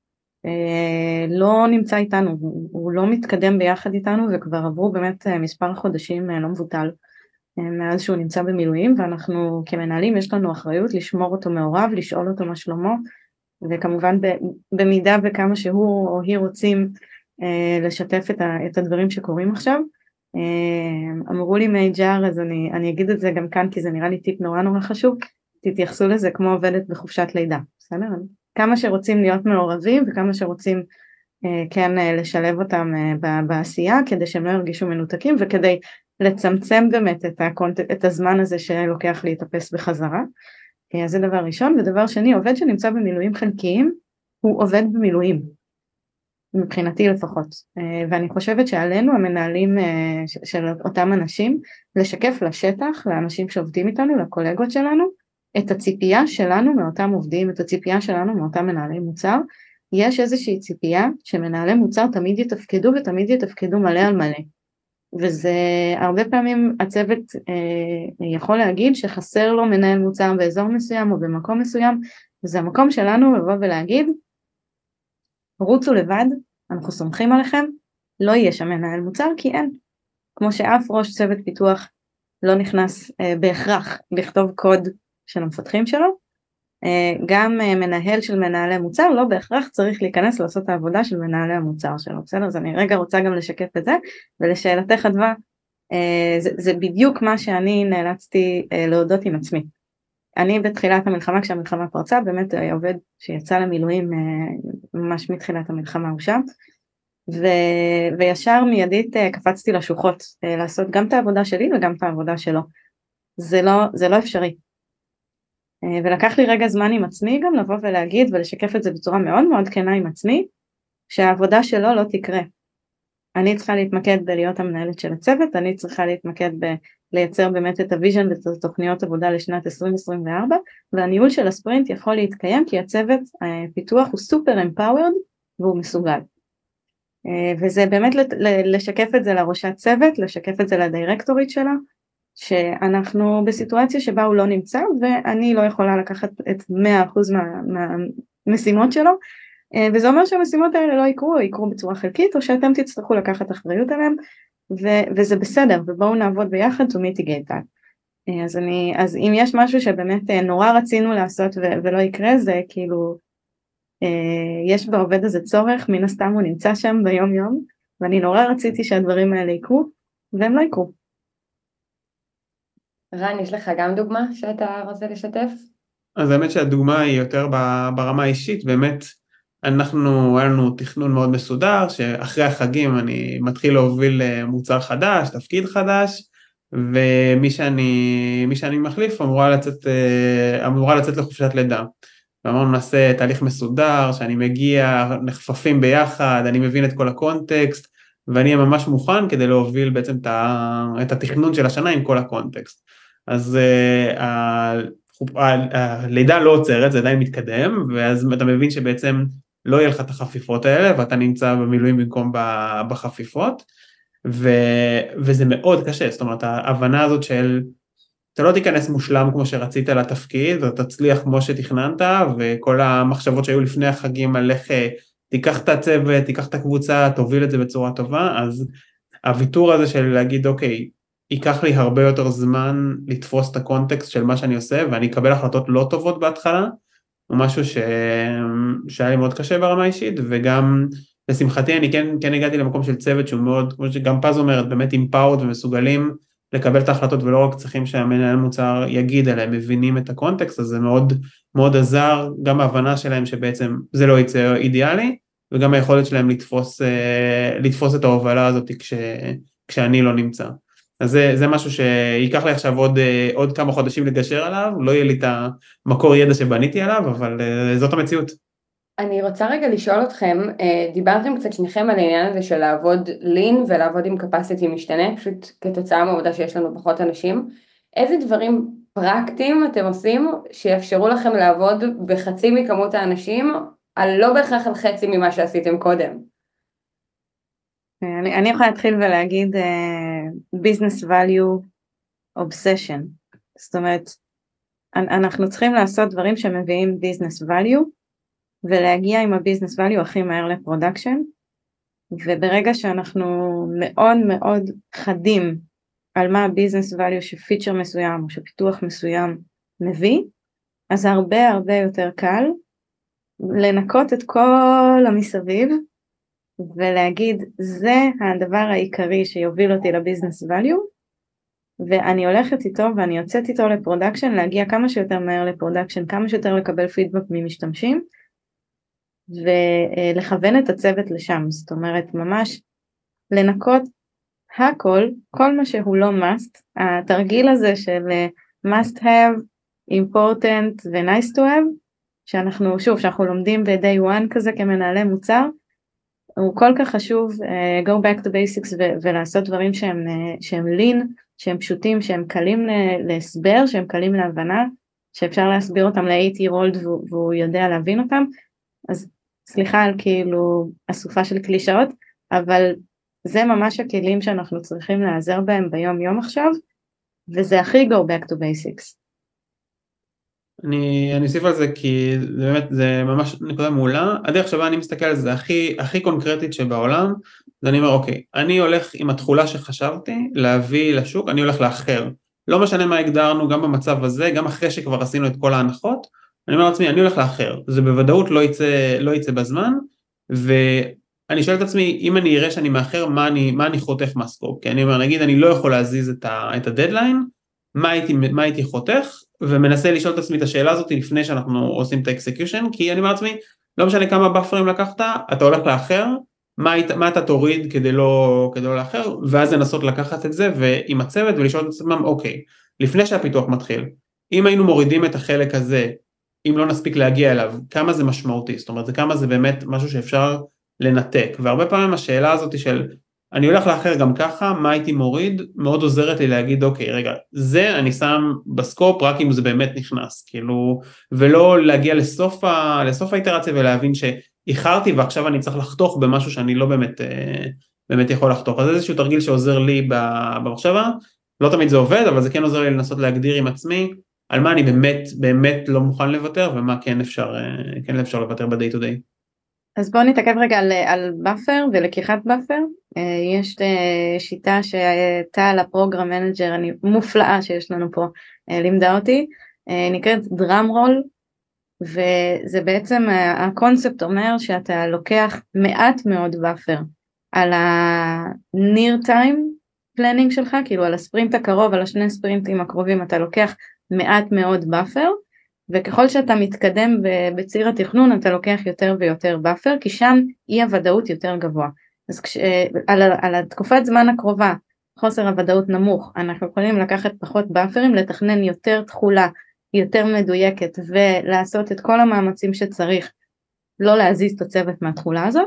לא נמצא איתנו, הוא לא מתקדם ביחד איתנו, וכבר עברו באמת מספר חודשים לא מבוטל מאז שהוא נמצא במילואים, ואנחנו כמנהלים יש לנו אחריות לשמור אותו מעורב, לשאול אותו מה שלמה, וכמובן במידה וכמה שהוא או היא רוצים לשתף את הדברים שקורים עכשיו. אמרו לי מייג'ר, אז אני אגיד את זה גם כאן, כי זה נראה לי טיפ נורא נורא חשוב, תתייחסו לזה כמו עובדת בחופשת לידה, בסדר? כמה שרוצים להיות מעורבים וכמה שרוצים כן לשלב אותם בעשייה, כדי שהם לא ירגישו מנותקים, וכדי לצמצם באמת את הזמן הזה שלוקח להתאפס בחזרה. אז זה דבר ראשון. ודבר שני, עובד שנמצא במילואים חלקיים, הוא עובד במילואים, מבחינתי לפחות. ואני חושבת שעלינו, המנהלים של אותם אנשים, לשקף לשטח, לאנשים שעובדים איתנו, לקולגות שלנו, את הציפייה שלנו מאותם עובדים, את הציפייה שלנו מאותם מנהלי מוצר. יש איזושהי ציפייה שמנהלי מוצר תמיד יתפקדו, ותמיד יתפקדו מלא על מלא. וזה הרבה פעמים הצוות יכול להגיד שחסר לו מנהל מוצר באזור מסוים או במקום מסוים, וזה המקום שלנו לבוא ולהגיד, רוצו לבד, אנחנו סומכים עליכם, לא יהיה שם מנהל מוצר, כי אין. כמו שאף ראש צוות פיתוח לא נכנס בהכרח לכתוב קוד של המפתחים שלו, גם מנהל של מנהלי מוצר לא בהכרח צריך להיכנס לעשות את העבודה של מנהלי המוצר שלו, בסדר? אז אני רגע רוצה גם לשקף את זה, ולשאלתך אדווה, זה בדיוק מה שאני נאלצתי להודות עם עצמי. אני בתחילת המלחמה, כשהמלחמה פרצה, באמת עובד שיצא למילואים ממש מתחילת המלחמה הוא שם, וישר מיידית קפצתי לשוחות, לעשות גם את העבודה שלי וגם את העבודה שלו. זה לא אפשרי. ולקח לי רגע זמן עם עצמי גם לבוא ולהגיד ולשקף את זה בצורה מאוד מאוד כנה עם עצמי, שהעבודה שלו לא תקרה. אני צריכה להתמקד בלהיות המנהלת של הצוות, אני צריכה להתמקד בלייצר באמת את הוויז'ן ואת התוכניות עבודה לשנת 2024, והניהול של הספרינט יכול להתקיים כי הצוות פיתוח הוא סופר אמפאוורד והוא מסוגל. וזה באמת לשקף את זה לראשת צוות, לשקף את זה לדירקטורית שלה, שאנחנו בסיטואציה שבה הוא לא נמצא, ואני לא יכולה לקחת את 100% מהמשימות שלו, וזה אומר שהמשימות האלה לא יקרו בצורה חלקית, או שאתם תצטרכו לקחת אחריות עליהם, וזה בסדר, ובואו נעבוד ביחד to mitigate that. אז אם יש משהו שבאמת נורא רצינו לעשות ולא יקרה, זה כאילו, יש בעובד הזה צורך, מן הסתם הוא נמצא שם ביום יום, ואני נורא רציתי שהדברים האלה יקרו, והם לא יקרו. רן, יש לך גם דוגמה שאתה רוצה לשתף? אז האמת שהדוגמה היא יותר ברמה האישית, באמת היה לנו תכנון מאוד מסודר, שאחרי החגים אני מתחיל להוביל מוצר חדש, תפקיד חדש, ומי שאני מחליף אמורה לצאת לחופשת לידה. ואמרנו נעשה תהליך מסודר, שאני מגיע, נחפפים ביחד, אני מבין את כל הקונטקסט, ואני אהיה ממש מוכן כדי להוביל בעצם את התכנון של השנה עם כל הקונטקסט. אז הלידה לא עוצרת, זה עדיין מתקדם, ואז אתה מבין שבעצם לא יהיה לך את החפיפות האלה, ואתה נמצא במילואים במקום בחפיפות, וזה מאוד קשה, זאת אומרת, ההבנה הזאת של, אתה לא תיכנס מושלם כמו שרצית לתפקיד, אתה תצליח כמו שתכננת, וכל המחשבות שהיו לפני החגים על איך תיקח את הצוות, תיקח את הקבוצה, תוביל את זה בצורה טובה, אז הוויתור הזה של להגיד, אוקיי, ייקח לי הרבה יותר זמן לתפוס את הקונטקסט של מה שאני עושה, ואני אקבל החלטות לא טובות בהתחלה, הוא משהו שהיה לי מאוד קשה ברמה האישית, וגם לשמחתי אני כן הגעתי למקום של צוות שהוא מאוד, כמו שגם פז אומרת, באמת אימפאורד ומסוגלים לקבל את ההחלטות, ולא רק צריכים שהמנהל מוצר יגיד עליהם, מבינים את הקונטקסט, אז זה מאוד מאוד עזר, גם ההבנה שלהם שבעצם זה לא יצא אידיאלי, וגם היכולת שלהם לתפוס את ההובלה הזאת כשאני לא נמצא. אז זה משהו שיקח לי עכשיו עוד כמה חודשים לגשר עליו, לא יהיה לי את המקור ידע שבניתי עליו, אבל זאת המציאות. אני רוצה רגע לשאול אתכם, דיברתם קצת שניכם על העניין הזה של לעבוד לין ולעבוד עם capacity משתנה, פשוט כתוצאה מהעובדה שיש לנו פחות אנשים. איזה דברים פרקטיים אתם עושים שיאפשרו לכם לעבוד בחצי מכמות האנשים, לא בהכרח על חצי ממה שעשיתם קודם? אני יכולה להתחיל ולהגיד business value אובסשן. זאת אומרת, אנחנו צריכים לעשות דברים שמביאים ביזנס value, ולהגיע עם הביזנס value הכי מהר לפרודקשן, וברגע שאנחנו מאוד מאוד חדים על מה הביזנס value שפיצ'ר מסוים או שפיתוח מסוים מביא, אז הרבה הרבה יותר קל לנקות את כל המסביב, ולהגיד זה הדבר העיקרי שיוביל אותי לביזנס value, ואני הולכת איתו ואני יוצאת איתו לפרודקשן, להגיע כמה שיותר מהר לפרודקשן, כמה שיותר לקבל פידבק ממשתמשים, ולכוון את הצוות לשם. זאת אומרת, ממש לנקות הכל, כל מה שהוא לא must, התרגיל הזה של must have, important ו-nice to have, שאנחנו, שוב, שאנחנו לומדים ב-day one כזה כמנהלי מוצר, הוא כל כך חשוב, go back to basics ולעשות דברים שהם lean, שהם פשוטים, שהם קלים להסבר, שהם קלים להבנה, שאפשר להסביר אותם ל-8-year-old והוא יודע להבין אותם. אז סליחה על כאילו אסופה של קלישאות, אבל זה ממש הכלים שאנחנו צריכים לעזר בהם ביום יום עכשיו, וזה הכי go back to basics. אני אוסיף על זה כי זה באמת, זה ממש נקודה מעולה. הדרך שבה אני מסתכל על זה הכי קונקרטית שבעולם, אז אני אומר אוקיי, אני הולך עם התחולה שחשבתי להביא לשוק, אני הולך לאחר. לא משנה מה הגדרנו גם במצב הזה, גם אחרי שכבר עשינו את כל ההנחות, אני אומר לעצמי, אני הולך לאחר. זה בוודאות לא יצא בזמן, ואני שואל את עצמי, אם אני אראה שאני מאחר, מה אני חותך מהסקופ? כי אני אומר, נגיד, אני לא יכול להזיז את הדדליין, מה הייתי חותך, ומנסה לשאול את עצמי את השאלה הזאת לפני שאנחנו עושים את האקסקיושן, כי אני אומר לעצמי, לא משנה כמה באפרים לקחת, אתה הולך לאחר, מה אתה תוריד כדי לא לאחר, ואז לנסות לקחת את זה ועם הצוות ולשאול את עצמם, אוקיי, לפני שהפיתוח מתחיל, אם היינו מורידים את החלק הזה, אם לא נספיק להגיע אליו, כמה זה משמעותי, זאת אומרת, כמה זה באמת משהו שאפשר לנתק, והרבה פעמים השאלה הזאת של אני הולך לאחר גם ככה, מה הייתי מוריד, מאוד עוזרת לי להגיד, אוקיי, רגע, זה אני שם בסקופ רק אם זה באמת נכנס, כאילו, ולא להגיע לסוף האיטרציה ולהבין שאיחרתי ועכשיו אני צריך לחתוך במשהו שאני לא באמת יכול לחתוך. אז איזשהו תרגיל שעוזר לי במחשבה, לא תמיד זה עובד, אבל זה כן עוזר לי לנסות להגדיר עם עצמי, על מה אני באמת לא מוכן לוותר, ומה כן אפשר לוותר ב-day to day. אז בואו נתעכב רגע על באפר ולקיחת באפר. יש שיטה שהייתה לפרוגרם מנג'ר מופלאה שיש לנו פה, לימדה אותי, נקראת דראם רול, וזה בעצם הקונספט אומר שאתה לוקח מעט מאוד באפר על ה-near time planning שלך, כאילו על הספרינט הקרוב, על השני ספרינטים הקרובים אתה לוקח מעט מאוד באפר, וככל שאתה מתקדם בציר התכנון אתה לוקח יותר ויותר באפר, כי שם אי הוודאות יותר גבוה. אז על התקופת זמן הקרובה חוסר הוודאות נמוך, אנחנו יכולים לקחת פחות באפרים, לתכנן יותר תחולה, יותר מדויקת, ולעשות את כל המאמצים שצריך, לא להזיז את הצוות מהתחולה הזאת,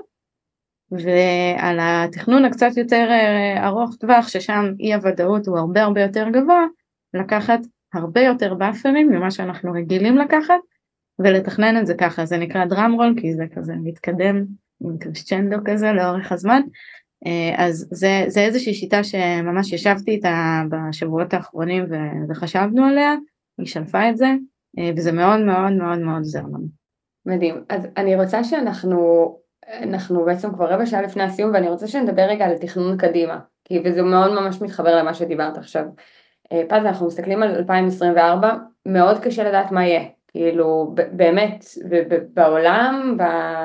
ועל התכנון הקצת יותר ארוך טווח, ששם אי הוודאות הוא הרבה הרבה יותר גבוה, לקחת הרבה יותר באפרים ממה שאנחנו רגילים לקחת, ולתכנן את זה ככה. זה נקרא דראם רול, כי זה כזה מתקדם עם קרשצ'נדו כזה לאורך הזמן. אז זה איזושהי שיטה שממש ישבתי איתה בשבועות האחרונים וחשבנו עליה, היא שלפה את זה, וזה מאוד מאוד מאוד מאוד עוזר לנו. מדהים. אז אני רוצה שאנחנו בעצם כבר רבע שעה לפני הסיום, ואני רוצה שנדבר רגע על תכנון קדימה, כי וזה מאוד ממש מתחבר למה שדיברת עכשיו. פז, אנחנו מסתכלים על 2024, מאוד קשה לדעת מה יהיה, כאילו באמת בעולם,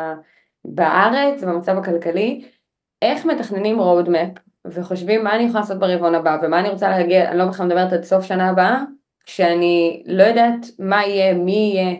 בארץ, במצב הכלכלי, איך מתכננים רודמפ וחושבים מה אני יכולה לעשות ברבעון הבא ומה אני רוצה להגיע, אני לא בכלל מדברת עד סוף שנה הבאה, כשאני לא יודעת מה יהיה, מי יהיה.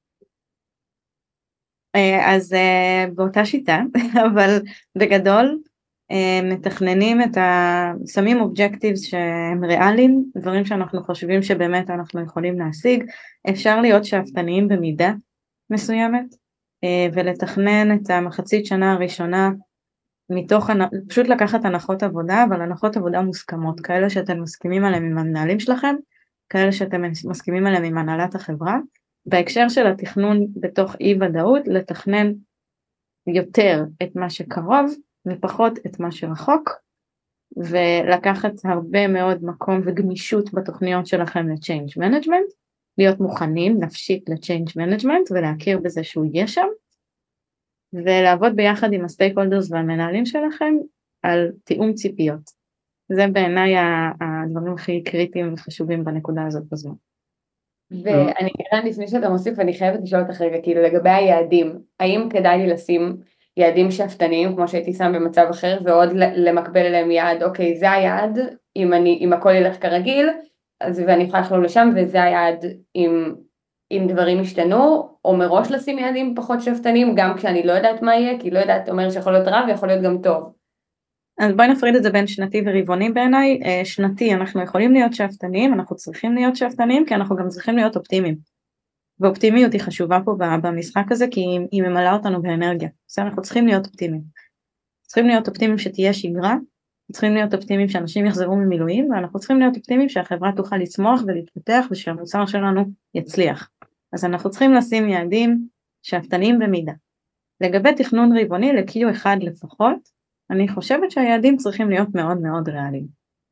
אז באותה שיטה, אבל בגדול, מתכננים שמים אובג'קטיבס שהם ריאליים, דברים שאנחנו חושבים שבאמת אנחנו יכולים להשיג, אפשר להיות שאפתניים במידה מסוימת, ולתכנן את המחצית שנה הראשונה, פשוט לקחת הנחות עבודה, אבל הנחות עבודה מוסכמות, כאלה שאתם מסכימים עליהם עם המנהלים שלכם, כאלה שאתם מסכימים עליהם עם הנהלת החברה, בהקשר של התכנון בתוך אי ודאות, לתכנן יותר את מה שקרוב, ופחות את מה שרחוק, ולקחת הרבה מאוד מקום וגמישות בתוכניות שלכם ל-Change Management, להיות מוכנים נפשית ל-Change Management ולהכיר בזה שהוא יהיה שם, ולעבוד ביחד עם הסטייק-הולדרס והמנהלים שלכם על תיאום ציפיות. זה בעיניי הדברים הכי קריטיים וחשובים בנקודה הזאת בזמן. ואני כאן לפני שאתה מוסיף, אני חייבת לשאול אותך רגע, כאילו לגבי היעדים, האם כדאי לי לשים יעדים שאפתניים, כמו שהייתי שם במצב אחר, ועוד למקבל אליהם יעד, אוקיי, זה היעד, אם הכל ילך כרגיל, ואני יכולה לחלום לשם, וזה היעד אם דברים השתנו, או מראש לשים יעדים פחות שאפתניים, גם כשאני לא יודעת מה יהיה, כי לא יודעת, אומר שיכול להיות רע ויכול להיות גם טוב. אז בואי נפריד את זה בין שנתי ורבעוני בעיניי. שנתי אנחנו יכולים להיות שאפתניים, אנחנו צריכים להיות שאפתניים, כי אנחנו גם צריכים להיות אופטימיים. ואופטימיות היא חשובה פה במשחק הזה, כי היא ממלאה אותנו באנרגיה. אז אנחנו צריכים להיות אופטימיים. צריכים להיות אופטימיים שתהיה שגרה, צריכים להיות אופטימיים שאנשים יחזרו ממילואים, ואנחנו צריכים להיות אופטימיים שהחברה תוכל לצמוח ולהתפתח, ושהמוצר שלנו יצליח. אז אנחנו צריכים לשים יעדים שאפתניים במידה. לגבי תכנון רבעוני ל-Q1 לפחות, אני חושבת שהיעדים צריכים להיות מאוד מאוד ריאליים.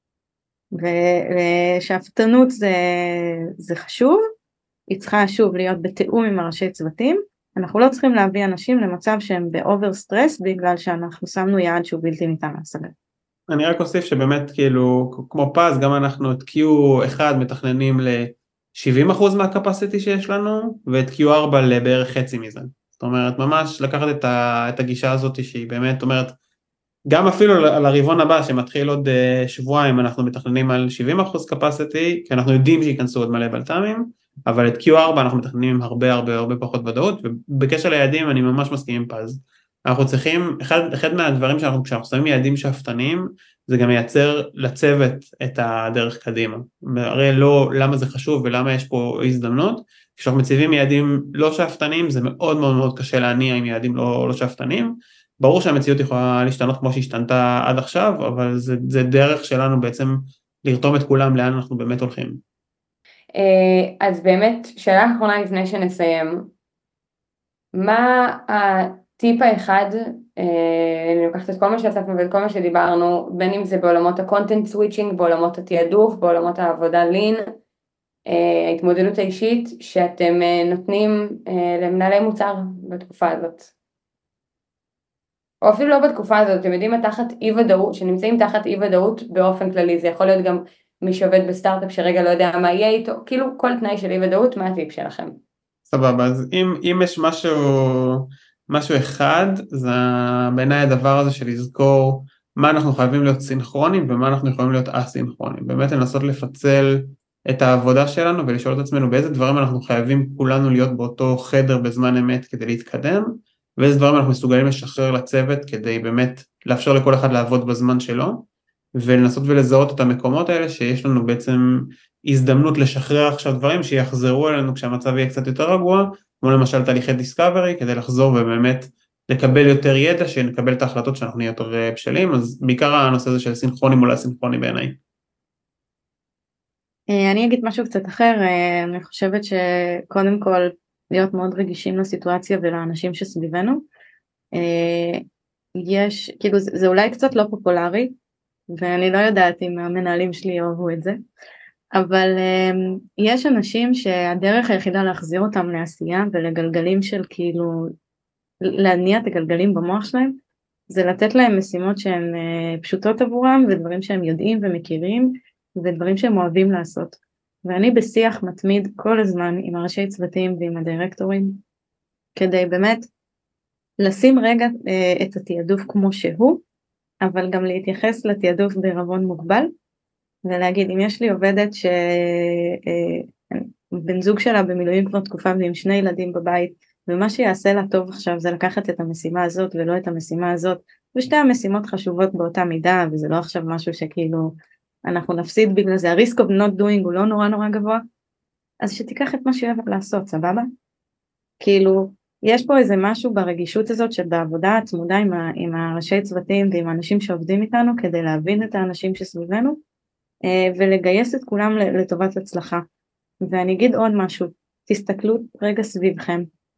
ושאפתנות זה חשוב, היא צריכה שוב להיות בתיאום עם הראשי צוותים, אנחנו לא צריכים להביא אנשים למצב שהם באובר סטרס, בגלל שאנחנו שמנו יעד שהוא בלתי ניתן להשגה. אני רק אוסיף שבאמת כאילו, כמו פז, גם אנחנו את Q1 מתכננים ל-70% מהקפסיטי שיש לנו, ואת Q4 לבערך חצי מזה. זאת אומרת, ממש לקחת את הגישה הזאת שהיא באמת אומרת, גם אפילו על הרבעון הבא שמתחיל עוד שבועיים, אנחנו מתכננים על 70% capacity, כי אנחנו יודעים שיכנסו עוד מלא בלת"מים, אבל את Q4 אנחנו מתכננים עם הרבה פחות ודאות, ובקשר ליעדים אני ממש מסכים עם פז. אנחנו צריכים, אחד מהדברים כשאנחנו שמים יעדים שאפתניים, זה גם מייצר לצוות את הדרך קדימה. הרי לא למה זה חשוב ולמה יש פה הזדמנות, כשאנחנו מציבים יעדים לא שאפתניים, זה מאוד מאוד מאוד קשה להניע עם יעדים לא שאפתניים, ברור שהמציאות יכולה להשתנות כמו שהשתנתה עד עכשיו, אבל זה דרך שלנו בעצם לרתום את כולם לאן אנחנו באמת הולכים. אז באמת, שאלה אחרונה לפני שנסיים, מה הטיפ האחד, אני לוקחת את כל מה שעשינו ואת כל מה שדיברנו, בין אם זה בעולמות הקונטנט סוויצ'ינג, בעולמות התיעדוף, בעולמות העבודה לין, ההתמודדות האישית, שאתם נותנים למנהלי מוצר בתקופה הזאת. או אפילו לא בתקופה הזאת, אתם יודעים, תחת אי ודאות, שנמצאים תחת אי ודאות באופן כללי, זה יכול להיות גם מי שעובד בסטארט-אפ שרגע לא יודע מה יהיה איתו, כאילו כל תנאי של אי ודאות, מה הטיפ שלכם? סבבה, אז אם יש משהו אחד, זה בעיניי הדבר הזה של לזכור מה אנחנו חייבים להיות סינכרונים ומה אנחנו יכולים להיות אסינכרונים, באמת לנסות לפצל את העבודה שלנו ולשאול את עצמנו באיזה דברים אנחנו חייבים כולנו להיות באותו חדר בזמן אמת כדי להתקדם, ואיזה דברים אנחנו מסוגלים לשחרר לצוות כדי באמת לאפשר לכל אחד לעבוד בזמן שלו, ולנסות ולזהות את המקומות האלה שיש לנו בעצם הזדמנות לשחרר עכשיו דברים שיחזרו אלינו כשהמצב יהיה קצת יותר רגוע, כמו למשל תהליכי דיסקאברי, כדי לחזור ובאמת לקבל יותר ידע, שנקבל את ההחלטות שאנחנו נהיה יותר בשלים, אז בעיקר הנושא הזה של סינכרונים או לא סינכרונים בעיניי. אני אגיד משהו קצת אחר, אני חושבת שקודם כל להיות מאוד רגישים לסיטואציה ולאנשים שסביבנו, יש, כאילו זה אולי קצת לא פופולרי, ואני לא יודעת אם המנהלים שלי יאהבו את זה, אבל יש אנשים שהדרך היחידה להחזיר אותם לעשייה ולגלגלים של כאילו, להניע את הגלגלים במוח שלהם, זה לתת להם משימות שהן פשוטות עבורם, ודברים שהם יודעים ומכירים, ודברים שהם אוהבים לעשות. ואני בשיח מתמיד כל הזמן עם הראשי צוותים ועם הדירקטורים, כדי באמת לשים רגע את התיעדוף כמו שהוא, אבל גם להתייחס לתיעדוף בערבון מוגבל, ולהגיד, אם יש לי עובדת שבן זוג שלה במילואים כבר תקופה ועם 2 ילדים בבית, ומה שיעשה לה טוב עכשיו זה לקחת את המשימה הזאת ולא את המשימה הזאת, ושתי המשימות חשובות באותה מידה, וזה לא עכשיו משהו שכאילו אנחנו נפסיד בגלל זה, ה-risk of not doing הוא לא נורא גבוה, אז שתיקח את מה שהיא אוהבת לעשות, סבבה? כאילו, יש פה איזה משהו ברגישות הזאת שבעבודה הצמודה עם הראשי צוותים ועם האנשים שעובדים איתנו, כדי להבין את האנשים שסביבנו, ולגייס את כולם לטובת הצלחה. ואני אגיד עוד משהו, תסתכלו רגע סביבכם,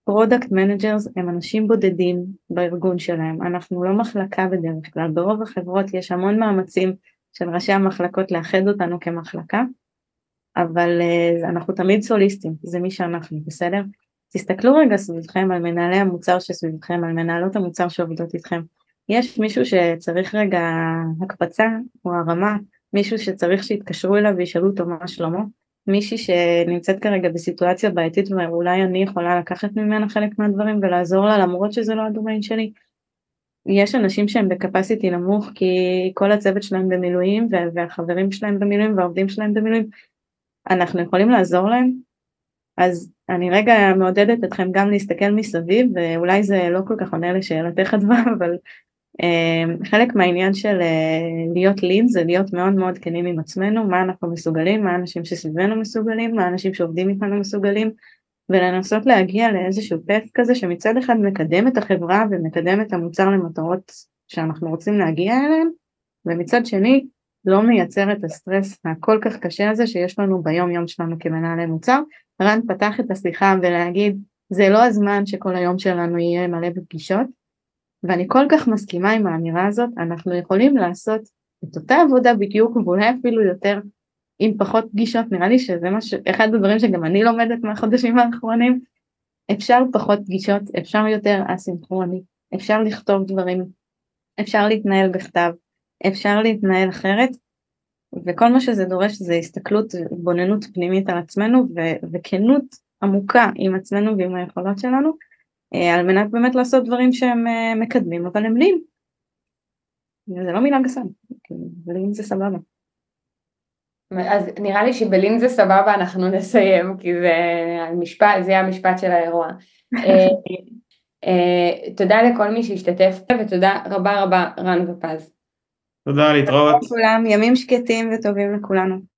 פרודקט מנג'רס הם אנשים בודדים בארגון שלהם, אנחנו לא מחלקה בדרך כלל, ברוב החברות יש המון מאמצים של ראשי המחלקות לאחד אותנו כמחלקה, אבל אנחנו תמיד סוליסטים, זה מי שאנחנו, בסדר? תסתכלו רגע סביבכם על מנהלי המוצר שסביבכם, על מנהלות המוצר שעובדות איתכם, יש מישהו שצריך רגע הקפצה או הרמה, מישהו שצריך שיתקשרו אליו וישאלו אותו מה שלמה, מישהי שנמצאת כרגע בסיטואציה בעייתית ואולי אני יכולה לקחת ממנה חלק מהדברים ולעזור לה למרות שזה לא הדומיין שלי. יש אנשים שהם בקפסיטי נמוך כי כל הצוות שלהם במילואים והחברים שלהם במילואים והעובדים שלהם במילואים, אנחנו יכולים לעזור להם. אז אני רגע מעודדת אתכם גם להסתכל מסביב, ואולי זה לא כל כך עונה לשאלתך הדבר, אבל חלק מהעניין של להיות לין זה להיות מאוד מאוד כנים עם עצמנו, מה אנחנו מסוגלים, מה האנשים שסביבנו מסוגלים, מה האנשים שעובדים איתנו מסוגלים, ולנסות להגיע לאיזשהו פף כזה שמצד אחד מקדם את החברה ומקדם את המוצר למטרות שאנחנו רוצים להגיע אליהם, ומצד שני לא מייצר את הסטרס הכל כך קשה הזה שיש לנו ביום יום שלנו כמנהלי מוצר. רן פתח את השיחה ולהגיד זה לא הזמן שכל היום שלנו יהיה מלא בפגישות, ואני כל כך מסכימה עם האמירה הזאת, אנחנו יכולים לעשות את אותה עבודה בדיוק ואולי אפילו יותר עם פחות פגישות, נראה לי שזה אחד הדברים שגם אני לומדת מהחודשים האחרונים, אפשר פחות פגישות, אפשר יותר אסינכרוני, אפשר לכתוב דברים, אפשר להתנהל בכתב, אפשר להתנהל אחרת, וכל מה שזה דורש זה הסתכלות, בוננות פנימית על עצמנו וכנות עמוקה עם עצמנו ועם היכולות שלנו, על מנת באמת לעשות דברים שהם מקדמים, אבל הם לין. זה לא מילה גסה, לין זה סבבה. אז נראה לי שבלין זה סבבה, אנחנו נסיים, כי זה המשפט של האירוע. תודה לכל מי שהשתתף, ותודה רבה רבה רן ופז. תודה, להתראות. כולם, ימים שקטים וטובים לכולנו.